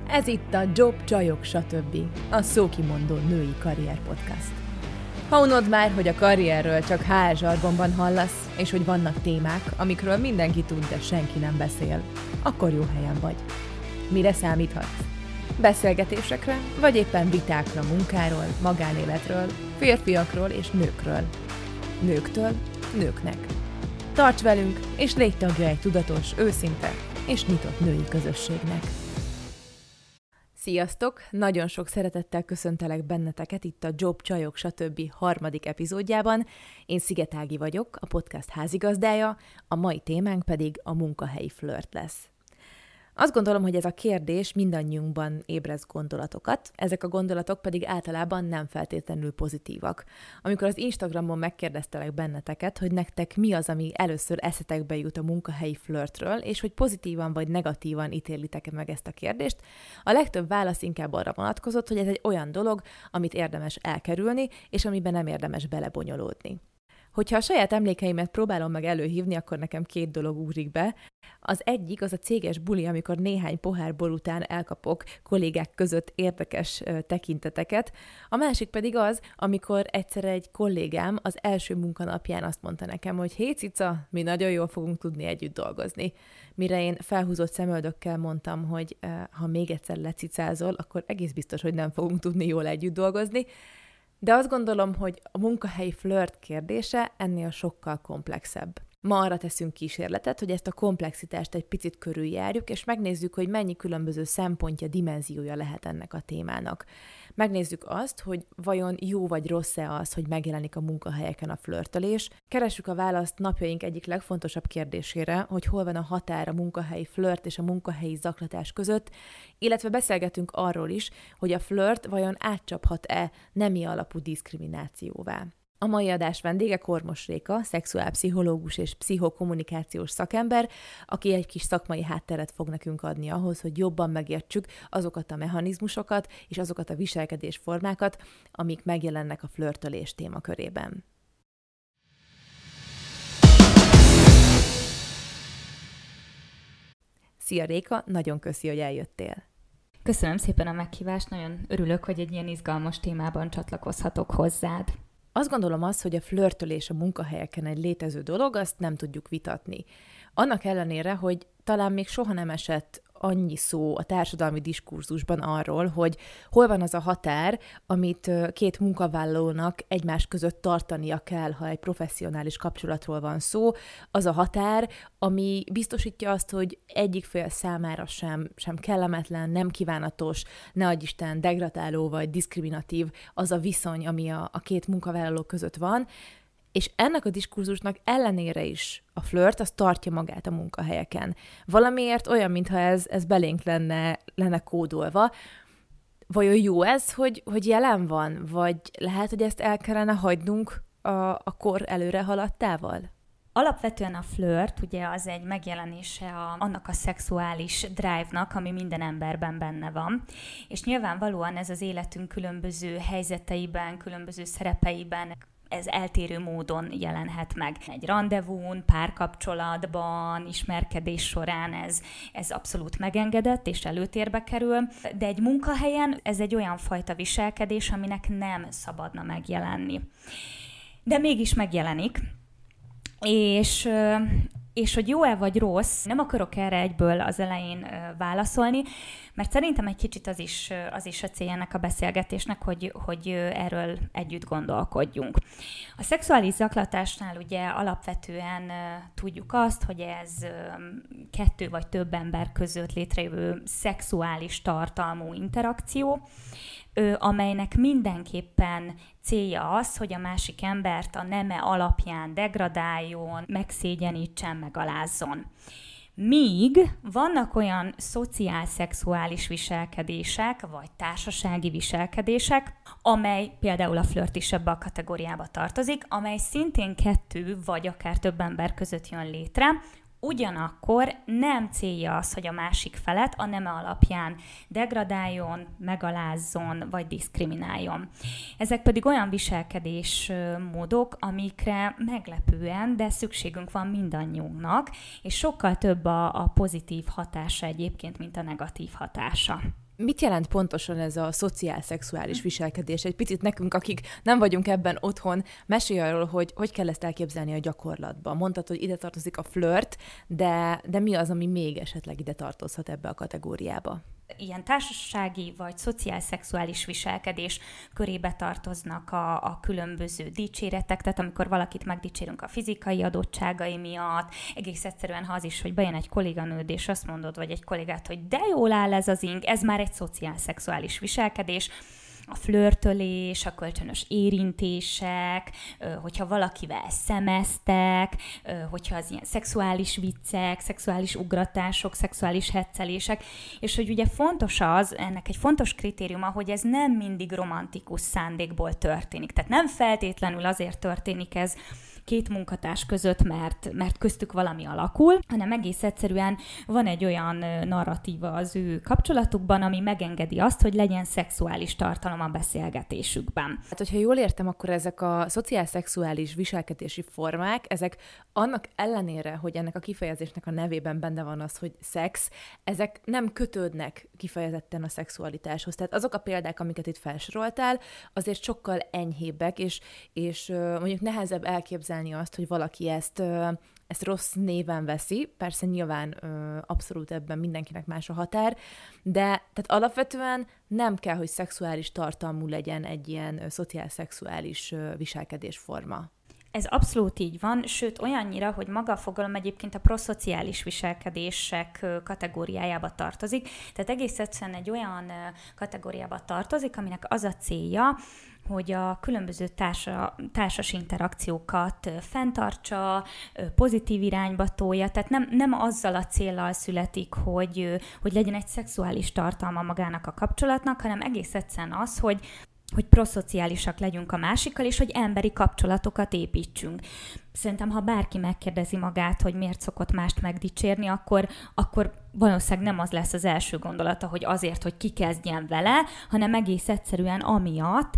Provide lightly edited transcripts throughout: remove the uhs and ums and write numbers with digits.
Ez itt a Jobb, Csajok, stb. A szókimondó női karrier podcast. Ha unod már, hogy a karrierről csak HR zsargonban hallasz, és hogy vannak témák, amikről mindenki tud, de senki nem beszél, akkor jó helyen vagy. Mire számíthatsz? Beszélgetésekre, vagy éppen vitákra munkáról, magánéletről, férfiakról és nőkről. Nőktől nőknek. Tarts velünk, és légy tagja egy tudatos, őszinte és nyitott női közösségnek. Sziasztok! Nagyon sok szeretettel köszöntelek benneteket itt a Jobb, Csajok, stb. Harmadik epizódjában. Én Sziget Ági vagyok, a podcast házigazdája, a mai témánk pedig a munkahelyi flört lesz. Azt gondolom, hogy ez a kérdés mindannyiunkban ébreszt gondolatokat, ezek a gondolatok pedig általában nem feltétlenül pozitívak. Amikor az Instagramon megkérdeztelek benneteket, hogy nektek mi az, ami először eszetekbe jut a munkahelyi flörtről, és hogy pozitívan vagy negatívan ítélitek meg ezt a kérdést, a legtöbb válasz inkább arra vonatkozott, hogy ez egy olyan dolog, amit érdemes elkerülni, és amiben nem érdemes belebonyolódni. Hogyha a saját emlékeimet próbálom meg előhívni, akkor nekem két dolog ugrik be. Az egyik az a céges buli, amikor néhány pohár bor után elkapok kollégák között érdekes tekinteteket. A másik pedig az, amikor egyszer egy kollégám az első munkanapján azt mondta nekem, hogy hé cica, mi nagyon jól fogunk tudni együtt dolgozni. Mire én felhúzott szemöldökkel mondtam, hogy ha még egyszer lecicázol, akkor egész biztos, hogy nem fogunk tudni jól együtt dolgozni. De azt gondolom, hogy a munkahelyi flört kérdése ennél sokkal komplexebb. Ma arra teszünk kísérletet, hogy ezt a komplexitást egy picit körüljárjuk, és megnézzük, hogy mennyi különböző szempontja, dimenziója lehet ennek a témának. Megnézzük azt, hogy vajon jó vagy rossz-e az, hogy megjelenik a munkahelyeken a flörtölés. Keressük a választ napjaink egyik legfontosabb kérdésére, hogy hol van a határ a munkahelyi flört és a munkahelyi zaklatás között, illetve beszélgetünk arról is, hogy a flört vajon átcsaphat-e nemi alapú diszkriminációvá. A mai adás vendége Kormos Réka, szexuálpszichológus és pszichokommunikációs szakember, aki egy kis szakmai hátteret fog nekünk adni ahhoz, hogy jobban megértsük azokat a mechanizmusokat és azokat a viselkedésformákat, amik megjelennek a flörtölés témakörében. Szia Réka, nagyon köszi, hogy eljöttél. Köszönöm szépen a meghívást, nagyon örülök, hogy egy ilyen izgalmas témában csatlakozhatok hozzád. Azt gondolom hogy a flörtölés a munkahelyeken egy létező dolog, azt nem tudjuk vitatni. Annak ellenére, hogy talán még soha nem esett annyi szó a társadalmi diskurzusban arról, hogy hol van az a határ, amit két munkavállalónak egymás között tartania kell, ha egy professzionális kapcsolatról van szó, az a határ, ami biztosítja azt, hogy egyik fél számára sem kellemetlen, nem kívánatos, ne adj Isten, degradáló vagy diszkriminatív az a viszony, ami a két munkavállaló között van, és ennek a diskurzusnak ellenére is a flört, az tartja magát a munkahelyeken. Valamiért olyan, mintha ez belénk lenne kódolva. Vajon jó ez, hogy jelen van? Vagy lehet, hogy ezt el kellene hagynunk a kor előre haladtával? Alapvetően a flört, ugye az egy megjelenése annak a szexuális drive-nak, ami minden emberben benne van. És nyilvánvalóan ez az életünk különböző helyzeteiben, különböző szerepeiben ez eltérő módon jelenhet meg. Egy randevún, párkapcsolatban, ismerkedés során ez abszolút megengedett és előtérbe kerül, de egy munkahelyen ez egy olyan fajta viselkedés, aminek nem szabadna megjelenni. De mégis megjelenik, és hogy jó-e vagy rossz, nem akarok erre egyből az elején válaszolni, mert szerintem egy kicsit az is a célja ennek a beszélgetésnek, hogy erről együtt gondolkodjunk. A szexuális zaklatásnál ugye alapvetően tudjuk azt, hogy ez kettő vagy több ember között létrejövő szexuális tartalmú interakció, amelynek mindenképpen célja az, hogy a másik embert a neme alapján degradáljon, megszégyenítsen, megalázzon. Míg vannak olyan szociál-szexuális viselkedések, vagy társasági viselkedések, amely például a flört is ebbe a kategóriába tartozik, amely szintén kettő vagy akár több ember között jön létre, ugyanakkor nem célja az, hogy a másik felet a neme alapján degradáljon, megalázzon vagy diszkrimináljon. Ezek pedig olyan viselkedésmódok, amikre meglepően, de szükségünk van mindannyiunknak, és sokkal több a pozitív hatása egyébként, mint a negatív hatása. Mit jelent pontosan ez a szociál-szexuális viselkedés? Egy picit nekünk, akik nem vagyunk ebben otthon, mesélj arról, hogy kell ezt elképzelni a gyakorlatban. Mondtad, hogy ide tartozik a flirt, de mi az, ami még esetleg ide tartozhat ebbe a kategóriába? Ilyen társasági vagy szociál-szexuális viselkedés körébe tartoznak a különböző dicséretek, tehát amikor valakit megdicsérünk a fizikai adottságai miatt, egész egyszerűen ha az is, hogy bejön egy kolléganőd, és azt mondod, vagy egy kollégát, hogy de jól áll ez az ing, ez már egy szociál-szexuális viselkedés. A flörtölés, a kölcsönös érintések, hogyha valakivel szemeztek, hogyha az ilyen szexuális viccek, szexuális ugratások, szexuális heccelések, és hogy ugye fontos ennek egy fontos kritériuma, hogy ez nem mindig romantikus szándékból történik. Tehát nem feltétlenül azért történik ez két munkatárs között, mert köztük valami alakul, hanem egész egyszerűen van egy olyan narratíva az ő kapcsolatukban, ami megengedi azt, hogy legyen szexuális tartalom a beszélgetésükben. Hát, hogyha jól értem, akkor ezek a szociál-szexuális viselkedési formák, ezek annak ellenére, hogy ennek a kifejezésnek a nevében benne van az, hogy szex, ezek nem kötődnek kifejezetten a szexualitáshoz. Tehát azok a példák, amiket itt felsoroltál, azért sokkal enyhébbek, és mondjuk nehezebb elképzelni azt, hogy valaki ezt rossz néven veszi. Persze nyilván abszolút ebben mindenkinek más a határ, de tehát alapvetően nem kell, hogy szexuális tartalmú legyen egy ilyen szociál-szexuális viselkedésforma. Ez abszolút így van, sőt olyannyira, hogy maga a fogalom egyébként a proszociális viselkedések kategóriájába tartozik, tehát egész egyszerűen egy olyan kategóriába tartozik, aminek az a célja, hogy a különböző társas interakciókat fenntartsa, pozitív irányba tolja, tehát nem azzal a céllal születik, hogy legyen egy szexuális tartalma magának a kapcsolatnak, hanem egész egyszerűen az, hogy proszociálisak legyünk a másikkal, és hogy emberi kapcsolatokat építsünk. Szerintem, ha bárki megkérdezi magát, hogy miért szokott mást megdicsérni, akkor valószínűleg nem az lesz az első gondolata, hogy azért, hogy kikezdjen vele, hanem egész egyszerűen amiatt,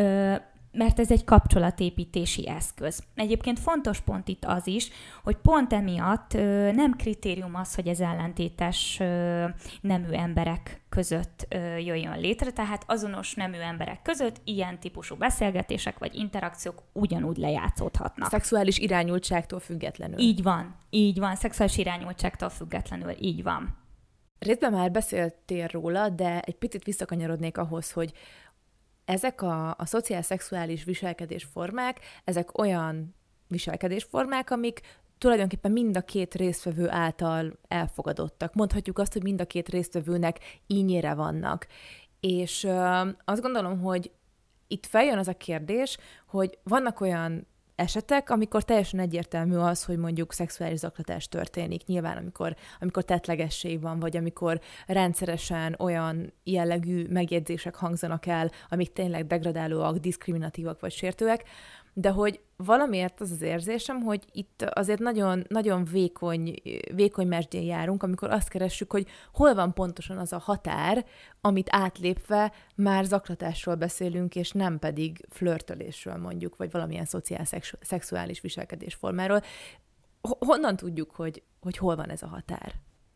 mert ez egy kapcsolatépítési eszköz. Egyébként fontos pont itt az is, hogy pont emiatt nem kritérium az, hogy ez ellentétes nemű emberek között jöjjön létre, tehát azonos nemű emberek között ilyen típusú beszélgetések vagy interakciók ugyanúgy lejátszódhatnak. Szexuális irányultságtól függetlenül. Így van, szexuális irányultságtól függetlenül, így van. Részben már beszéltél róla, de egy picit visszakanyarodnék ahhoz, hogy ezek a szociál-szexuális viselkedésformák, ezek olyan viselkedésformák, amik tulajdonképpen mind a két résztvevő által elfogadottak. Mondhatjuk azt, hogy mind a két résztvevőnek ínyére vannak. És azt gondolom, hogy itt feljön az a kérdés, hogy vannak olyan esetek, amikor teljesen egyértelmű az, hogy mondjuk szexuális zaklatás történik. Nyilván, amikor tettlegesség van, vagy amikor rendszeresen olyan jellegű megjegyzések hangzanak el, amik tényleg degradálóak, diszkriminatívak vagy sértőek, de hogy valamiért az érzésem, hogy itt azért nagyon, nagyon vékony mesdjén járunk, amikor azt keressük, hogy hol van pontosan az a határ, amit átlépve már zaklatásról beszélünk, és nem pedig flörtölésről mondjuk, vagy valamilyen szociál-szexuális viselkedésformáról. Honnan tudjuk, hogy hol van ez a határ?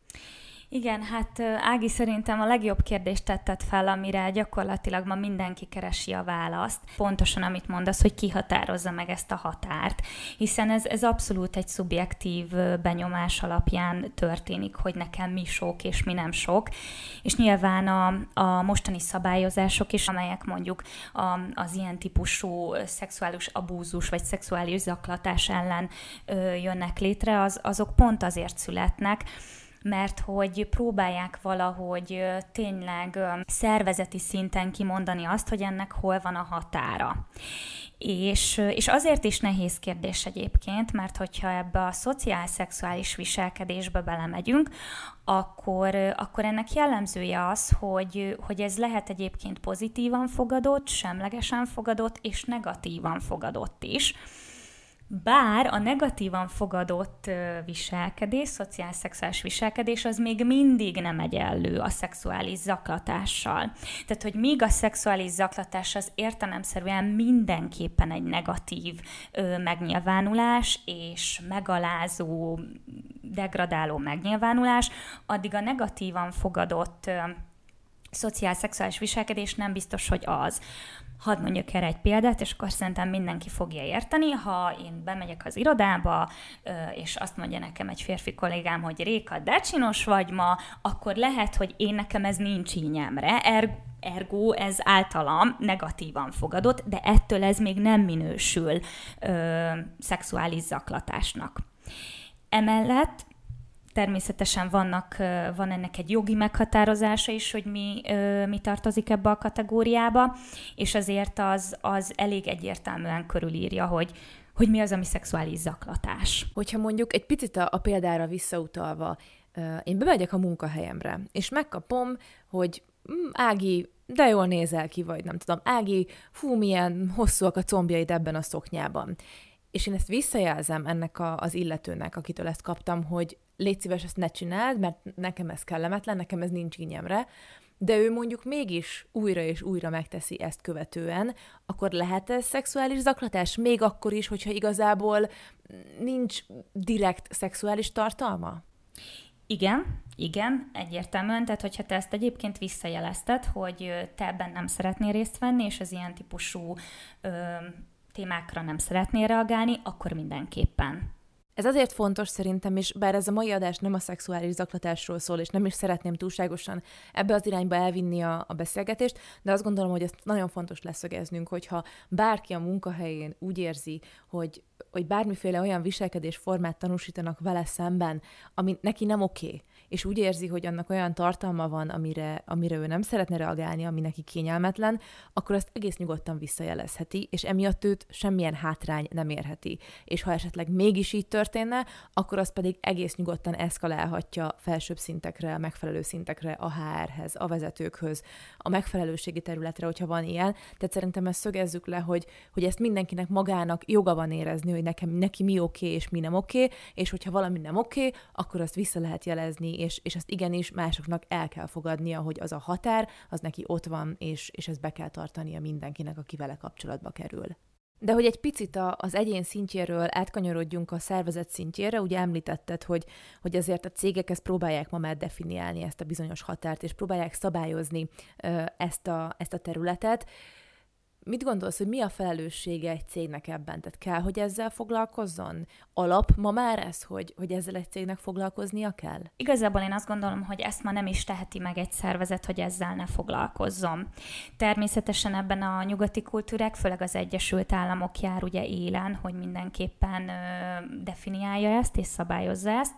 Igen, hát Ági, szerintem a legjobb kérdést tetted fel, amire gyakorlatilag ma mindenki keresi a választ. Pontosan, amit mondasz, hogy ki határozza meg ezt a határt, hiszen ez abszolút egy szubjektív benyomás alapján történik, hogy nekem mi sok és mi nem sok. És nyilván a mostani szabályozások is, amelyek mondjuk az ilyen típusú szexuális abúzus vagy szexuális zaklatás ellen jönnek létre, azok pont azért születnek, mert hogy próbálják valahogy tényleg szervezeti szinten kimondani azt, hogy ennek hol van a határa. És azért is nehéz kérdés egyébként, mert hogyha ebbe a szociál-szexuális viselkedésbe belemegyünk, akkor ennek jellemzője az, hogy ez lehet egyébként pozitívan fogadott, semlegesen fogadott és negatívan fogadott is. Bár a negatívan fogadott viselkedés, szociál-szexuális viselkedés az még mindig nem egyenlő a szexuális zaklatással. Tehát, hogy míg a szexuális zaklatás az értelemszerűen mindenképpen egy negatív megnyilvánulás és megalázó, degradáló megnyilvánulás, addig a negatívan fogadott szociál, szexuális viselkedés nem biztos, hogy az. Hadd mondjak erre egy példát, és akkor szerintem mindenki fogja érteni. Ha én bemegyek az irodába, és azt mondja nekem egy férfi kollégám, hogy Réka, de csinos vagy ma, akkor lehet, hogy nekem ez nincs ínyemre, ergo ez általam negatívan fogadott, de ettől ez még nem minősül szexuális zaklatásnak. Emellett természetesen van ennek egy jogi meghatározása is, hogy mi tartozik ebbe a kategóriába, és azért az elég egyértelműen körülírja, hogy mi az, ami szexuális zaklatás. Hogyha mondjuk egy picit a példára visszautalva, én bemegyek a munkahelyemre, és megkapom, hogy Ági, de jól nézel ki, vagy nem tudom, Ági, fú, milyen hosszúak a combjaid ebben a szoknyában. És én ezt visszajelzem ennek az illetőnek, akitől ezt kaptam, hogy légy szíves, ezt ne csináld, mert nekem ez kellemetlen, nekem ez nincs ínyemre, de ő mondjuk mégis újra és újra megteszi ezt követően, akkor lehet ez szexuális zaklatás? Még akkor is, hogyha igazából nincs direkt szexuális tartalma? Igen, egyértelműen. Tehát, hogyha te ezt egyébként visszajelezted, hogy te ebben nem szeretnél részt venni, és az ilyen típusú témákra nem szeretnél reagálni, akkor mindenképpen. Ez azért fontos szerintem is, bár ez a mai adás nem a szexuális zaklatásról szól, és nem is szeretném túlságosan ebbe az irányba elvinni a beszélgetést, de azt gondolom, hogy ezt nagyon fontos leszögeznünk, hogyha bárki a munkahelyén úgy érzi, hogy bármiféle olyan viselkedésformát tanúsítanak vele szemben, ami neki nem oké, és úgy érzi, hogy annak olyan tartalma van, amire ő nem szeretne reagálni, ami neki kényelmetlen, akkor ezt egész nyugodtan visszajelezheti, és emiatt őt semmilyen hátrány nem érheti. És ha esetleg mégis így történne, akkor az pedig egész nyugodtan eszkalálhatja felsőbb szintekre, megfelelő szintekre, a HR-hez, a vezetőkhöz, a megfelelőségi területre, hogyha van ilyen. Tehát szerintem ezt szögezzük le, hogy ezt mindenkinek magának joga van érezni, hogy neki mi oké, és mi nem oké, és hogyha valami nem oké, akkor azt vissza lehet jelezni, és ezt igenis másoknak el kell fogadnia, hogy az a határ, az neki ott van, és ezt be kell tartania mindenkinek, aki vele kapcsolatba kerül. De hogy egy picit az egyén szintjéről átkanyarodjunk a szervezet szintjére, ugye említetted, hogy azért a cégek ezt próbálják ma már definiálni, ezt a bizonyos határt, és próbálják szabályozni ezt a területet. Mit gondolsz, hogy mi a felelőssége egy cégnek ebben? Tehát kell, hogy ezzel foglalkozzon? Alap ma már ez, hogy ezzel egy cégnek foglalkoznia kell? Igazából én azt gondolom, hogy ezt ma nem is teheti meg egy szervezet, hogy ezzel ne foglalkozzon. Természetesen ebben a nyugati kultúrák, főleg az Egyesült Államok jár ugye élen, hogy mindenképpen definiálja ezt és szabályozza ezt,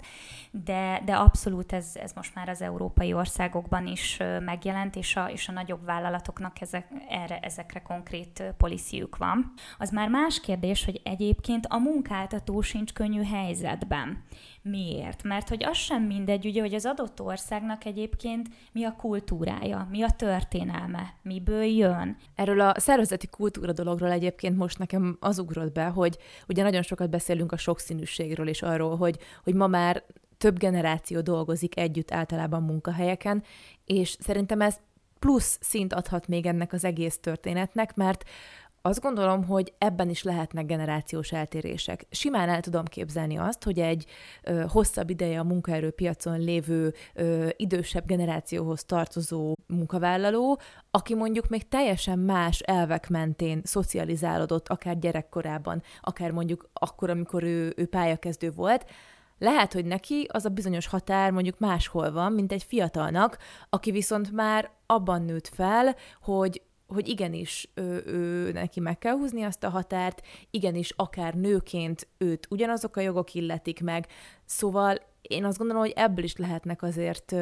de abszolút ez most már az európai országokban is megjelent, és a nagyobb vállalatoknak ezekre konkrét policyjük van. Az már más kérdés, hogy egyébként a munkáltató sincs könnyű helyzetben. Miért? Mert hogy az sem mindegy, ugye, hogy az adott országnak egyébként mi a kultúrája, mi a történelme, miből jön. Erről a szervezeti kultúra dologról egyébként most nekem az ugrott be, hogy ugye nagyon sokat beszélünk a sokszínűségről és arról, hogy ma már több generáció dolgozik együtt általában munkahelyeken, és szerintem ez plusz szint adhat még ennek az egész történetnek, mert azt gondolom, hogy ebben is lehetnek generációs eltérések. Simán el tudom képzelni azt, hogy egy hosszabb ideje a munkaerőpiacon lévő idősebb generációhoz tartozó munkavállaló, aki mondjuk még teljesen más elvek mentén szocializálódott, akár gyerekkorában, akár mondjuk akkor, amikor ő pályakezdő volt, lehet, hogy neki az a bizonyos határ mondjuk máshol van, mint egy fiatalnak, aki viszont már abban nőtt fel, hogy igenis ő neki meg kell húzni azt a határt, igenis akár nőként őt ugyanazok a jogok illetik meg. Szóval én azt gondolom, hogy ebből is lehetnek azért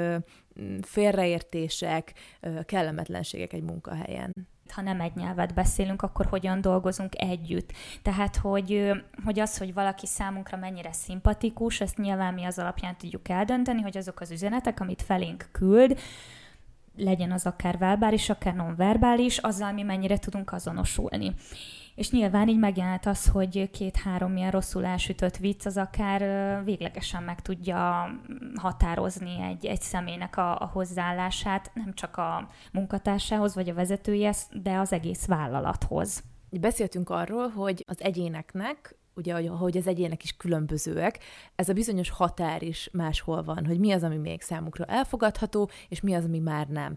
félreértések, kellemetlenségek egy munkahelyen. Ha nem egy nyelvet beszélünk, akkor hogyan dolgozunk együtt. Tehát, hogy hogy valaki számunkra mennyire szimpatikus, ezt nyilván mi az alapján tudjuk eldönteni, hogy azok az üzenetek, amit felénk küld, legyen az akár verbális, akár nonverbális, azzal mi mennyire tudunk azonosulni. És nyilván így megjelent az, hogy 2-3 ilyen rosszul elsütött vicc, az akár véglegesen meg tudja határozni egy személynek a hozzáállását, nem csak a munkatársához vagy a vezetőjéhez, de az egész vállalathoz. Beszéltünk arról, hogy az egyéneknek, ugye, ahogy az egyének is különbözőek, ez a bizonyos határ is máshol van, hogy mi az, ami még számukra elfogadható, és mi az, ami már nem.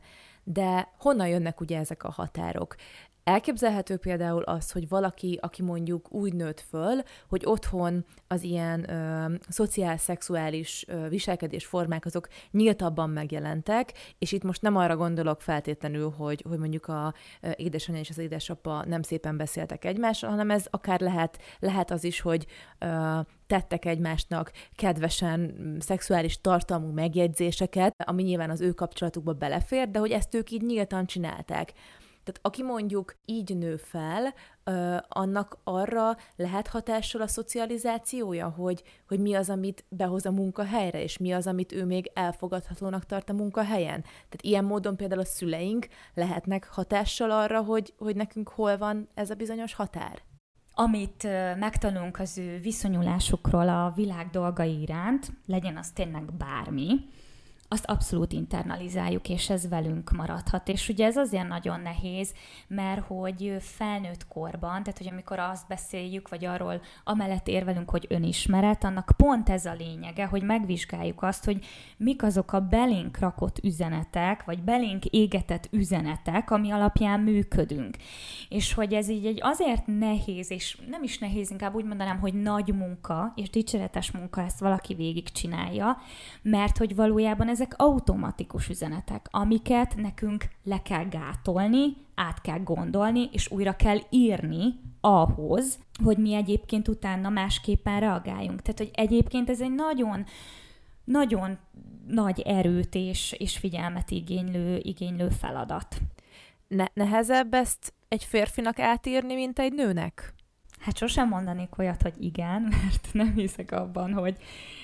de honnan jönnek ugye ezek a határok? Elképzelhető például az, hogy valaki, aki mondjuk úgy nőtt föl, hogy otthon az ilyen szociál-szexuális viselkedésformák azok nyíltabban megjelentek, és itt most nem arra gondolok feltétlenül, hogy mondjuk a édesanyja és az édesapa nem szépen beszéltek egymással, hanem ez akár lehet az is, hogy tettek egymásnak kedvesen szexuális tartalmú megjegyzéseket, ami nyilván az ő kapcsolatukba belefér, de hogy ezt ők így nyíltan csinálták. Tehát aki mondjuk így nő fel, annak arra lehet hatással a szocializációja, hogy mi az, amit behoz a munkahelyre, és mi az, amit ő még elfogadhatónak tart a munkahelyen. Tehát ilyen módon például a szüleink lehetnek hatással arra, hogy nekünk hol van ez a bizonyos határ. Amit megtanulunk az ő viszonyulásukról a világ dolgai iránt, legyen az tényleg bármi, azt abszolút internalizáljuk, és ez velünk maradhat. És ugye ez azért nagyon nehéz, mert hogy felnőtt korban, tehát hogy amikor azt beszéljük, vagy arról amellett érvelünk, hogy önismeret, annak pont ez a lényege, hogy megvizsgáljuk azt, hogy mik azok a belénk rakott üzenetek, vagy belénk égetett üzenetek, ami alapján működünk. És hogy ez így azért nehéz, és nem is nehéz, inkább úgy mondanám, hogy nagy munka, és dicséretes munka, ezt valaki végigcsinálja, mert hogy valójában ezek automatikus üzenetek, amiket nekünk le kell gátolni, át kell gondolni, és újra kell írni ahhoz, hogy mi egyébként utána másképpen reagáljunk. Tehát, hogy egyébként ez egy nagyon, nagyon nagy erőt és figyelmet igénylő feladat. Nehezebb ezt egy férfinak átírni, mint egy nőnek? Hát sosem mondanék olyat, hogy igen, mert nem hiszek abban, hogy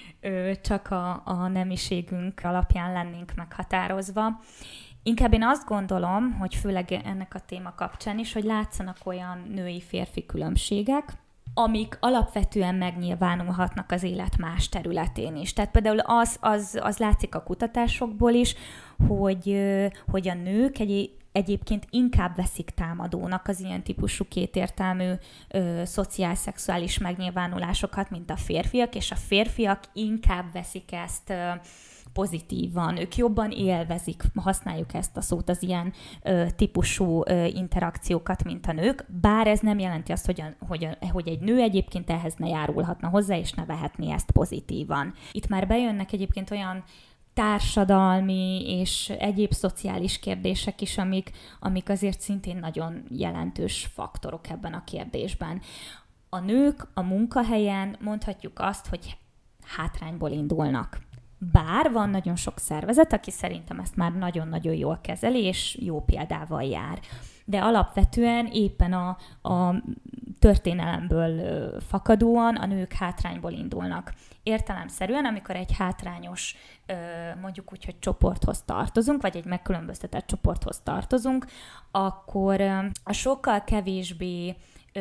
csak a nemiségünk alapján lennénk meghatározva. Inkább én azt gondolom, hogy főleg ennek a téma kapcsán is, hogy látszanak olyan női-férfi különbségek, amik alapvetően megnyilvánulhatnak az élet más területén is. Tehát például az látszik a kutatásokból is, hogy a nők egyébként inkább veszik támadónak az ilyen típusú kétértelmű szociál-szexuális megnyilvánulásokat, mint a férfiak, és a férfiak inkább veszik ezt pozitívan, ők jobban élvezik, használjuk ezt a szót, az ilyen típusú interakciókat, mint a nők, bár ez nem jelenti azt, hogy egy nő egyébként ehhez ne járulhatna hozzá, és ne vehetné ezt pozitívan. Itt már bejönnek egyébként olyan társadalmi és egyéb szociális kérdések is, amik azért szintén nagyon jelentős faktorok ebben a kérdésben. A nők a munkahelyen mondhatjuk azt, hogy hátrányból indulnak. Bár van nagyon sok szervezet, aki szerintem ezt már nagyon-nagyon jól kezeli, és jó példával jár. De alapvetően éppen a történelemből fakadóan a nők hátrányból indulnak. Értelemszerűen, amikor egy hátrányos, mondjuk úgy, hogy csoporthoz tartozunk, vagy egy megkülönböztetett csoporthoz tartozunk, akkor a sokkal kevésbé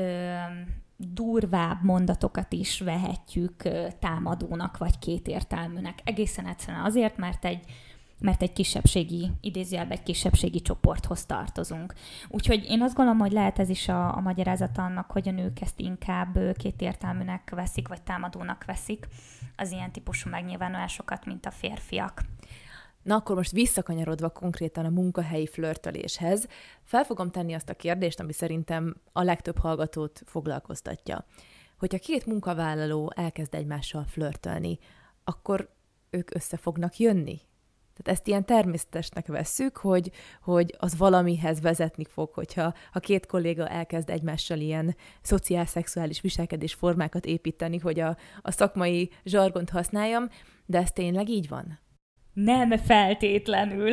durvább mondatokat is vehetjük támadónak, vagy kétértelműnek. Egészen egyszerűen azért, mert egy kisebbségi, idézőjelben egy kisebbségi csoporthoz tartozunk. Úgyhogy én azt gondolom, hogy lehet ez is a magyarázata annak, hogy a nők ezt inkább kétértelműnek veszik, vagy támadónak veszik az ilyen típusú megnyilvánulásokat, mint a férfiak. Na akkor most visszakanyarodva konkrétan a munkahelyi flörtöléshez, fel fogom tenni azt a kérdést, ami szerintem a legtöbb hallgatót foglalkoztatja. Hogyha két munkavállaló elkezd egymással flörtölni, akkor ők össze fognak jönni? Tehát ezt ilyen természetesnek vesszük, hogy az valamihez vezetni fog, hogyha két kolléga elkezd egymással ilyen szociál-szexuális viselkedésformákat építeni, hogy a szakmai zsargont használjam, de ez tényleg így van? Nem feltétlenül.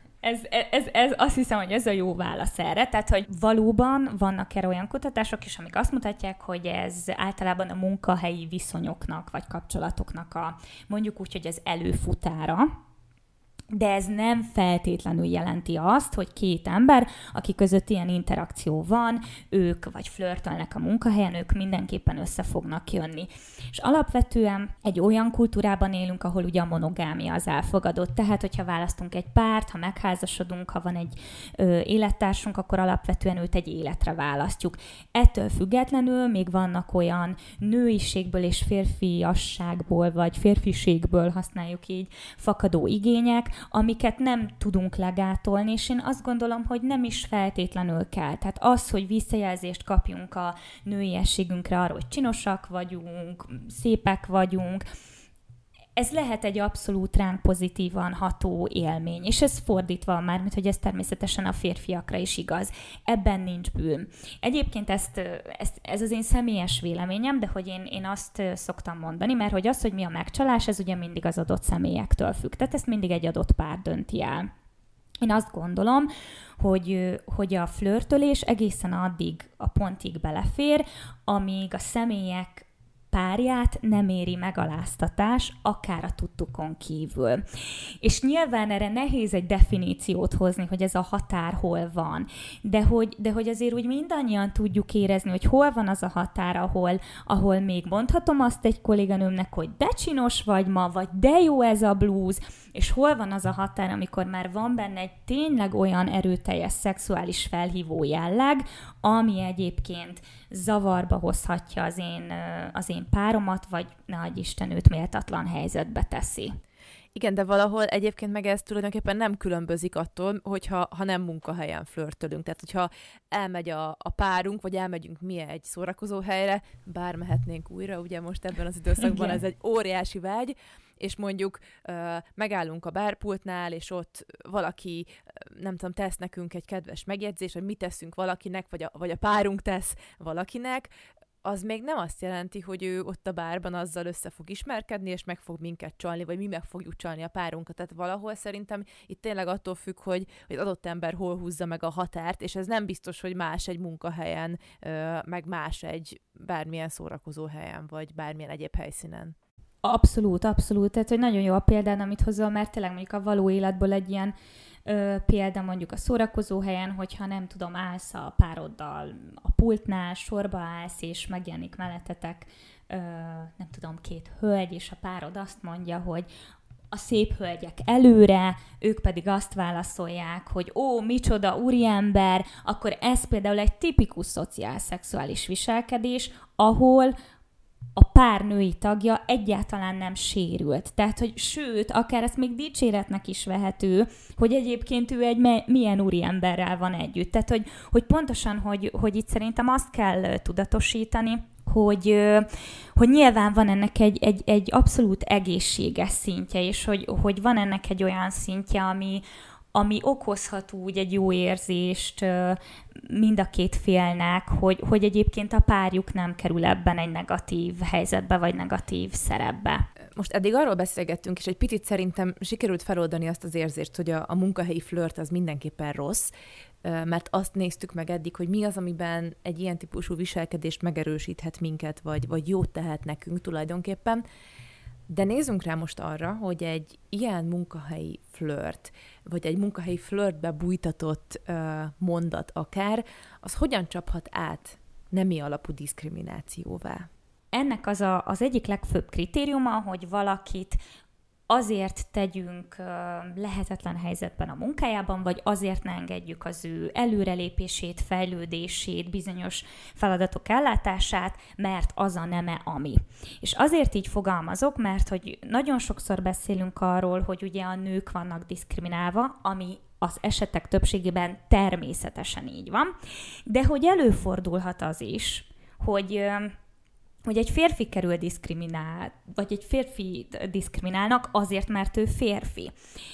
Ez azt hiszem, hogy ez a jó válasz erre. Tehát, hogy valóban vannak erre olyan kutatások is, amik azt mutatják, hogy ez általában a munkahelyi viszonyoknak, vagy kapcsolatoknak mondjuk úgy, hogy az előfutára, de ez nem feltétlenül jelenti azt, hogy két ember, aki között ilyen interakció van, ők vagy flörtölnek a munkahelyen, ők mindenképpen össze fognak jönni. És alapvetően egy olyan kultúrában élünk, ahol ugye a monogámia az elfogadott. Tehát, hogyha választunk egy párt, ha megházasodunk, ha van egy élettársunk, akkor alapvetően őt egy életre választjuk. Ettől függetlenül még vannak olyan nőiségből és férfiasságból, vagy férfiségből használjuk így fakadó igények, amiket nem tudunk legátolni, és én azt gondolom, hogy nem is feltétlenül kell. Tehát az, hogy visszajelzést kapjunk a nőiességünkre arról, hogy csinosak vagyunk, szépek vagyunk, ez lehet egy abszolút ránk pozitívan ható élmény, és ez fordítva már, mint hogy ez természetesen a férfiakra is igaz. Ebben nincs bűn. Egyébként ez az én személyes véleményem, de hogy én azt szoktam mondani, mert hogy az, hogy mi a megcsalás, ez ugye mindig az adott személyektől függ. Tehát ezt mindig egy adott pár dönti el. Én azt gondolom, hogy a flörtölés egészen addig a pontig belefér, amíg a személyek párját nem éri megaláztatás, akár a tudtukon kívül. És nyilván erre nehéz egy definíciót hozni, hogy ez a határ hol van. De hogy azért úgy mindannyian tudjuk érezni, hogy hol van az a határ, ahol még mondhatom azt egy kolléganőmnek, hogy de csinos vagy ma, vagy de jó ez a blúz, és hol van az a határ, amikor már van benne egy tényleg olyan erőteljes szexuális felhívó jelleg, ami egyébként zavarba hozhatja az én páromat, vagy ne adj Isten, őt méltatlan helyzetbe teszi. Igen, de valahol egyébként meg ez tulajdonképpen nem különbözik attól, hogyha nem munkahelyen flörtölünk. Tehát, hogyha elmegy a párunk, vagy elmegyünk mi egy szórakozó helyre, bár mehetnénk újra, ugye most ebben az időszakban igen. Ez egy óriási vágy, és mondjuk megállunk a bárpultnál, és ott valaki, nem tudom, tesz nekünk egy kedves megjegyzést, hogy mit teszünk valakinek, vagy a párunk tesz valakinek, az még nem azt jelenti, hogy ő ott a bárban azzal össze fog ismerkedni, és meg fog minket csalni, vagy mi meg fogjuk csalni a párunkat. Tehát valahol szerintem itt tényleg attól függ, hogy az adott ember hol húzza meg a határt, és ez nem biztos, hogy más egy munkahelyen, meg más egy bármilyen szórakozó helyen, vagy bármilyen egyéb helyszínen. Abszolút, abszolút. Tehát, hogy nagyon jó a példád, amit hozol, mert tényleg mondjuk a való életből egy ilyen példa mondjuk a szórakozó helyen, hogyha nem tudom, állsz a pároddal a pultnál, sorba állsz, és megjelenik mellettetek, nem tudom, két hölgy, és a párod azt mondja, hogy a szép hölgyek előre, ők pedig azt válaszolják, hogy ó, micsoda úriember, akkor ez például egy tipikus szociál-szexuális viselkedés, ahol a pár női tagja egyáltalán nem sérült. Tehát, hogy sőt, akár ezt még dicséretnek is vehető, hogy egyébként ő egy milyen úriemberrel van együtt. Tehát, hogy pontosan, hogy itt szerintem azt kell tudatosítani, hogy nyilván van ennek egy abszolút egészséges szintje, és hogy van ennek egy olyan szintje, ami okozhat úgy egy jó érzést mind a két félnek, hogy egyébként a párjuk nem kerül ebben egy negatív helyzetbe, vagy negatív szerepbe. Most eddig arról beszélgettünk, és egy picit szerintem sikerült feloldani azt az érzést, hogy a munkahelyi flört az mindenképpen rossz, mert azt néztük meg eddig, hogy mi az, amiben egy ilyen típusú viselkedést megerősíthet minket, vagy jót tehet nekünk tulajdonképpen. De nézzünk rá most arra, hogy egy ilyen munkahelyi flört, vagy egy munkahelyi flörtbe bújtatott mondat akár, az hogyan csaphat át nemi alapú diszkriminációvá? Ennek az egyik legfőbb kritériuma, hogy valakit azért tegyünk lehetetlen helyzetben a munkájában, vagy azért ne engedjük az ő előrelépését, fejlődését, bizonyos feladatok ellátását, mert az a neme ami. És azért így fogalmazok, mert hogy nagyon sokszor beszélünk arról, hogy ugye a nők vannak diszkriminálva, ami az esetek többségében természetesen így van, de hogy előfordulhat az is, hogy egy férfi kerül vagy egy férfi diszkriminálnak azért, mert ő férfi.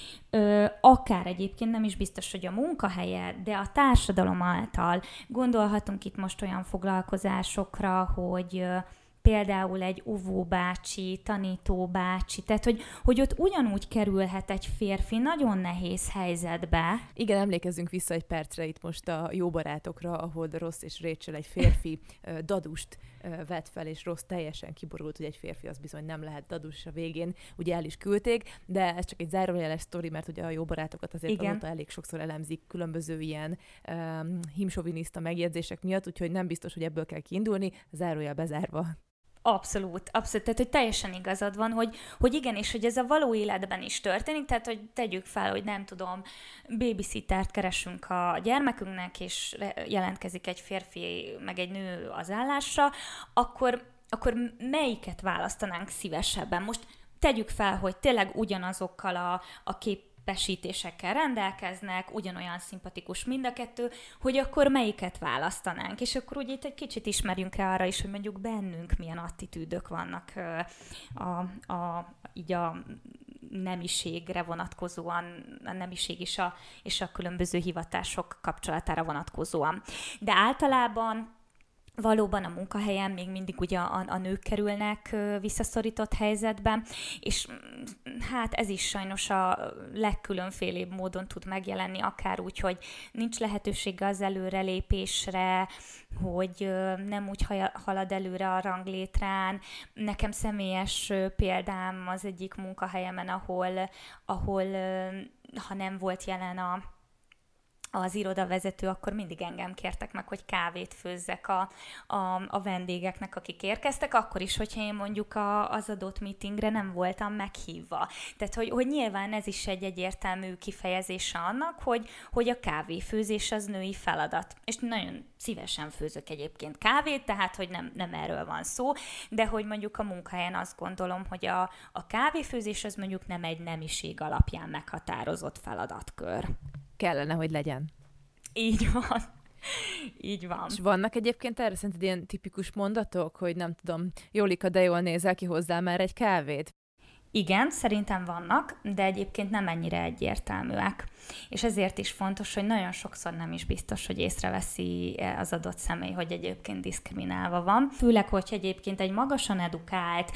Akár egyébként nem is biztos, hogy a munkahelye, de a társadalom által gondolhatunk itt most olyan foglalkozásokra, hogy például egy óvóbácsi, tanítóbácsi, tehát hogy ott ugyanúgy kerülhet egy férfi nagyon nehéz helyzetbe. Igen, emlékezzünk vissza egy percre itt most a Jó barátokra, ahol Ross és Rachel egy férfi dadust vett fel, és Ross teljesen kiborult, hogy egy férfi az bizony nem lehet dadus, a végén ugye el is küldték, de ez csak egy zárójeles sztori, mert ugye a Jó barátokat azért azóta elég sokszor elemzik különböző ilyen himsoviniszta megjegyzések miatt, úgyhogy nem biztos, hogy ebből kell kiindulni, zárójel bezárva. Abszolút. Tehát, hogy teljesen igazad van, hogy igen, és hogy ez a való életben is történik, tehát, hogy tegyük fel, hogy nem tudom, babysittert keresünk a gyermekünknek, és jelentkezik egy férfi, meg egy nő az állásra, akkor melyiket választanánk szívesebben? Most tegyük fel, hogy tényleg ugyanazokkal a besítésekkel rendelkeznek, ugyanolyan szimpatikus mind a kettő, hogy akkor melyiket választanánk. És akkor ugye itt egy kicsit ismerjünk rá arra is, hogy mondjuk bennünk milyen attitűdök vannak így a nemiségre vonatkozóan, a nemiség és a különböző hivatások kapcsolatára vonatkozóan. De általában valóban a munkahelyen még mindig ugye a nők kerülnek visszaszorított helyzetbe, és hát ez is sajnos a legkülönfélébb módon tud megjelenni, akár úgy, hogy nincs lehetősége az előrelépésre, hogy nem úgy halad előre a ranglétrán. Nekem személyes példám az egyik munkahelyemen, ahol ha nem volt jelen az irodavezető, akkor mindig engem kértek meg, hogy kávét főzzek a vendégeknek, akik érkeztek, akkor is, hogyha én mondjuk az adott meetingre nem voltam meghívva. Tehát, hogy nyilván ez is egy egyértelmű kifejezése annak, hogy a kávéfőzés az női feladat. És nagyon szívesen főzök egyébként kávét, tehát, hogy nem erről van szó, de hogy mondjuk a munkahelyen azt gondolom, hogy a kávéfőzés az mondjuk nem egy nemiség alapján meghatározott feladatkör. Kellene, hogy legyen. Így van. Így van. És vannak egyébként erre szerinted ilyen tipikus mondatok, hogy nem tudom, Jólika, de jól nézel ki, hozzá már egy kávét? Igen, szerintem vannak, de egyébként nem ennyire egyértelműek. És ezért is fontos, hogy nagyon sokszor nem is biztos, hogy észreveszi az adott személy, hogy egyébként diszkriminálva van. Főleg, hogy egyébként egy magasan edukált,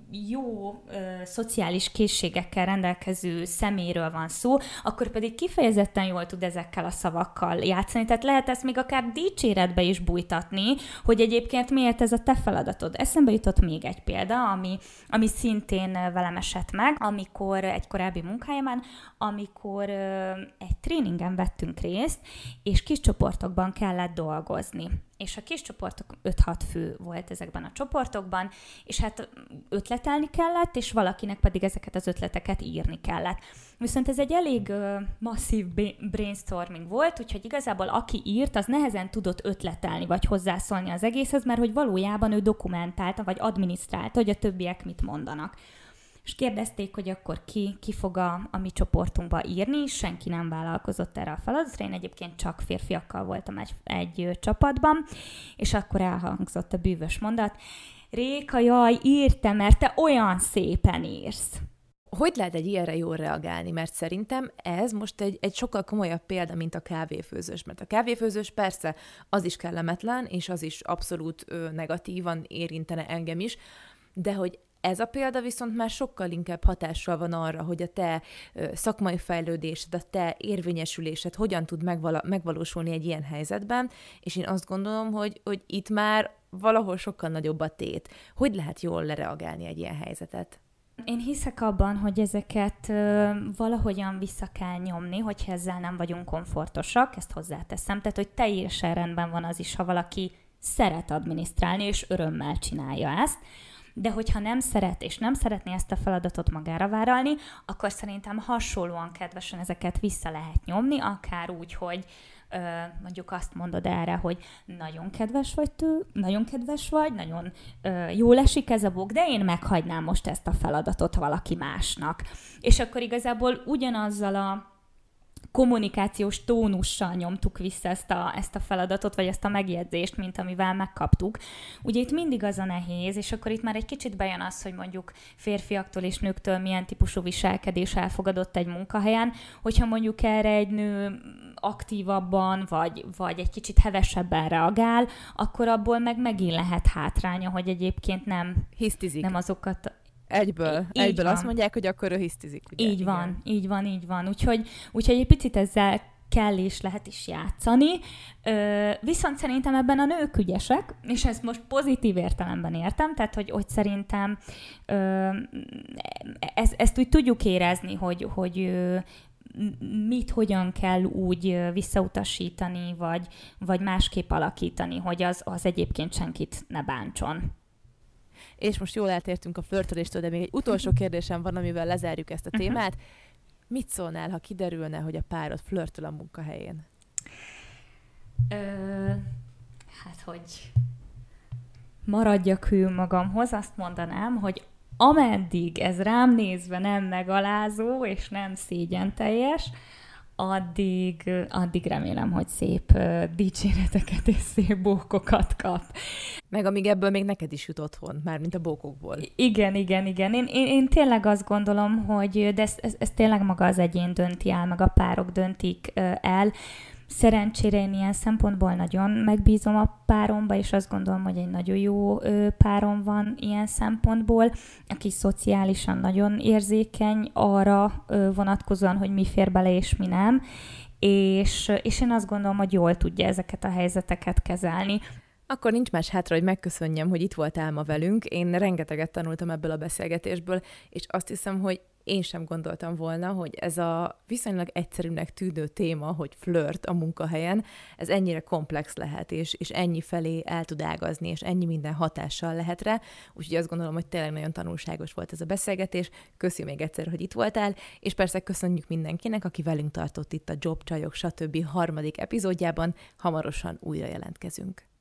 jó szociális készségekkel rendelkező személyről van szó, akkor pedig kifejezetten jól tud ezekkel a szavakkal játszani. Tehát lehet ezt még akár dicséretbe is bújtatni, hogy egyébként miért ez a te feladatod. Eszembe jutott még egy példa, ami szintén velem esett meg, amikor egy korábbi munkahelyemen, amikor egy tréningen vettünk részt, és kis csoportokban kellett dolgozni. És a kis csoportok 5-6 fő volt ezekben a csoportokban, és hát ötletelni kellett, és valakinek pedig ezeket az ötleteket írni kellett. Viszont ez egy elég masszív brainstorming volt, úgyhogy igazából aki írt, az nehezen tudott ötletelni, vagy hozzászólni az egészhez, mert hogy valójában ő dokumentálta, vagy adminisztrálta, hogy a többiek mit mondanak. És kérdezték, hogy akkor ki fog a mi csoportunkba írni, senki nem vállalkozott erre a feladatra, én egyébként csak férfiakkal voltam egy csapatban, és akkor elhangzott a bűvös mondat, Réka, jaj, írtam, mert te olyan szépen írsz. Hogy lehet egy ilyenre jól reagálni? Mert szerintem ez most egy sokkal komolyabb példa, mint a kávéfőzős. Mert a kávéfőzős persze az is kellemetlen, és az is abszolút negatívan érintene engem is, de hogy ez a példa viszont már sokkal inkább hatással van arra, hogy a te szakmai fejlődésed, a te érvényesülésed hogyan tud megvalósulni egy ilyen helyzetben, és én azt gondolom, hogy itt már valahol sokkal nagyobb a tét. Hogy lehet jól lereagálni egy ilyen helyzetet? Én hiszek abban, hogy ezeket valahogyan vissza kell nyomni, hogyha ezzel nem vagyunk komfortosak, ezt hozzáteszem. Tehát, hogy teljesen rendben van az is, ha valaki szeret adminisztrálni, és örömmel csinálja ezt. De hogyha nem szeret, és nem szeretné ezt a feladatot magára vállalni, akkor szerintem hasonlóan kedvesen ezeket vissza lehet nyomni, akár úgy, hogy mondjuk azt mondod erre, hogy nagyon kedves vagy, nagyon jól esik ez a bok, de én meghagynám most ezt a feladatot valaki másnak. És akkor igazából ugyanazzal a kommunikációs tónussal nyomtuk vissza ezt a feladatot, vagy ezt a megjegyzést, mint amivel megkaptuk. Ugye itt mindig az a nehéz, és akkor itt már egy kicsit bejön az, hogy mondjuk férfiaktól és nőktől milyen típusú viselkedés elfogadott egy munkahelyen, hogyha mondjuk erre egy nő aktívabban, vagy egy kicsit hevesebben reagál, akkor abból megint lehet hátránya, hogy egyébként nem azokat... Egyből azt mondják, hogy akkor ő hisztizik. Ugye? Így van. Úgyhogy egy picit ezzel kell és lehet is játszani. Viszont szerintem ebben a nők ügyesek, és ezt most pozitív értelemben értem, tehát hogy szerintem ezt úgy tudjuk érezni, hogy mit, hogyan kell úgy visszautasítani, vagy másképp alakítani, hogy az egyébként senkit ne bántson. És most jól eltértünk a flörtöléstől, de még egy utolsó kérdésem van, amivel lezárjuk ezt a témát. Mit szólnál, ha kiderülne, hogy a párod flörtöl a munkahelyén? Hát, hogy maradjak hű magamhoz, azt mondanám, hogy ameddig ez rám nézve nem megalázó, és nem szégyenteljes, addig remélem, hogy szép dicséreteket és szép bókokat kap. Meg amíg ebből még neked is jut otthon, mármint a bókokból. Igen. Én tényleg azt gondolom, hogy de ez tényleg maga az egyén dönti el, meg a párok döntik el. Szerencsére én ilyen szempontból nagyon megbízom a páromba, és azt gondolom, hogy egy nagyon jó párom van ilyen szempontból, aki szociálisan nagyon érzékeny arra vonatkozóan, hogy mi fér bele és mi nem, és én azt gondolom, hogy jól tudja ezeket a helyzeteket kezelni. Akkor nincs más hátra, hogy megköszönjem, hogy itt voltál ma velünk. Én rengeteget tanultam ebből a beszélgetésből, és azt hiszem, hogy én sem gondoltam volna, hogy ez a viszonylag egyszerűnek tűnő téma, hogy flirt a munkahelyen, ez ennyire komplex lehet, és ennyi felé el tud ágazni, és ennyi minden hatással lehet rá. Úgyhogy azt gondolom, hogy tényleg nagyon tanulságos volt ez a beszélgetés. Köszi még egyszer, hogy itt voltál, és persze köszönjük mindenkinek, aki velünk tartott itt a Job, Csajok, stb. 3. epizódjában. Hamarosan újra jelentkezünk.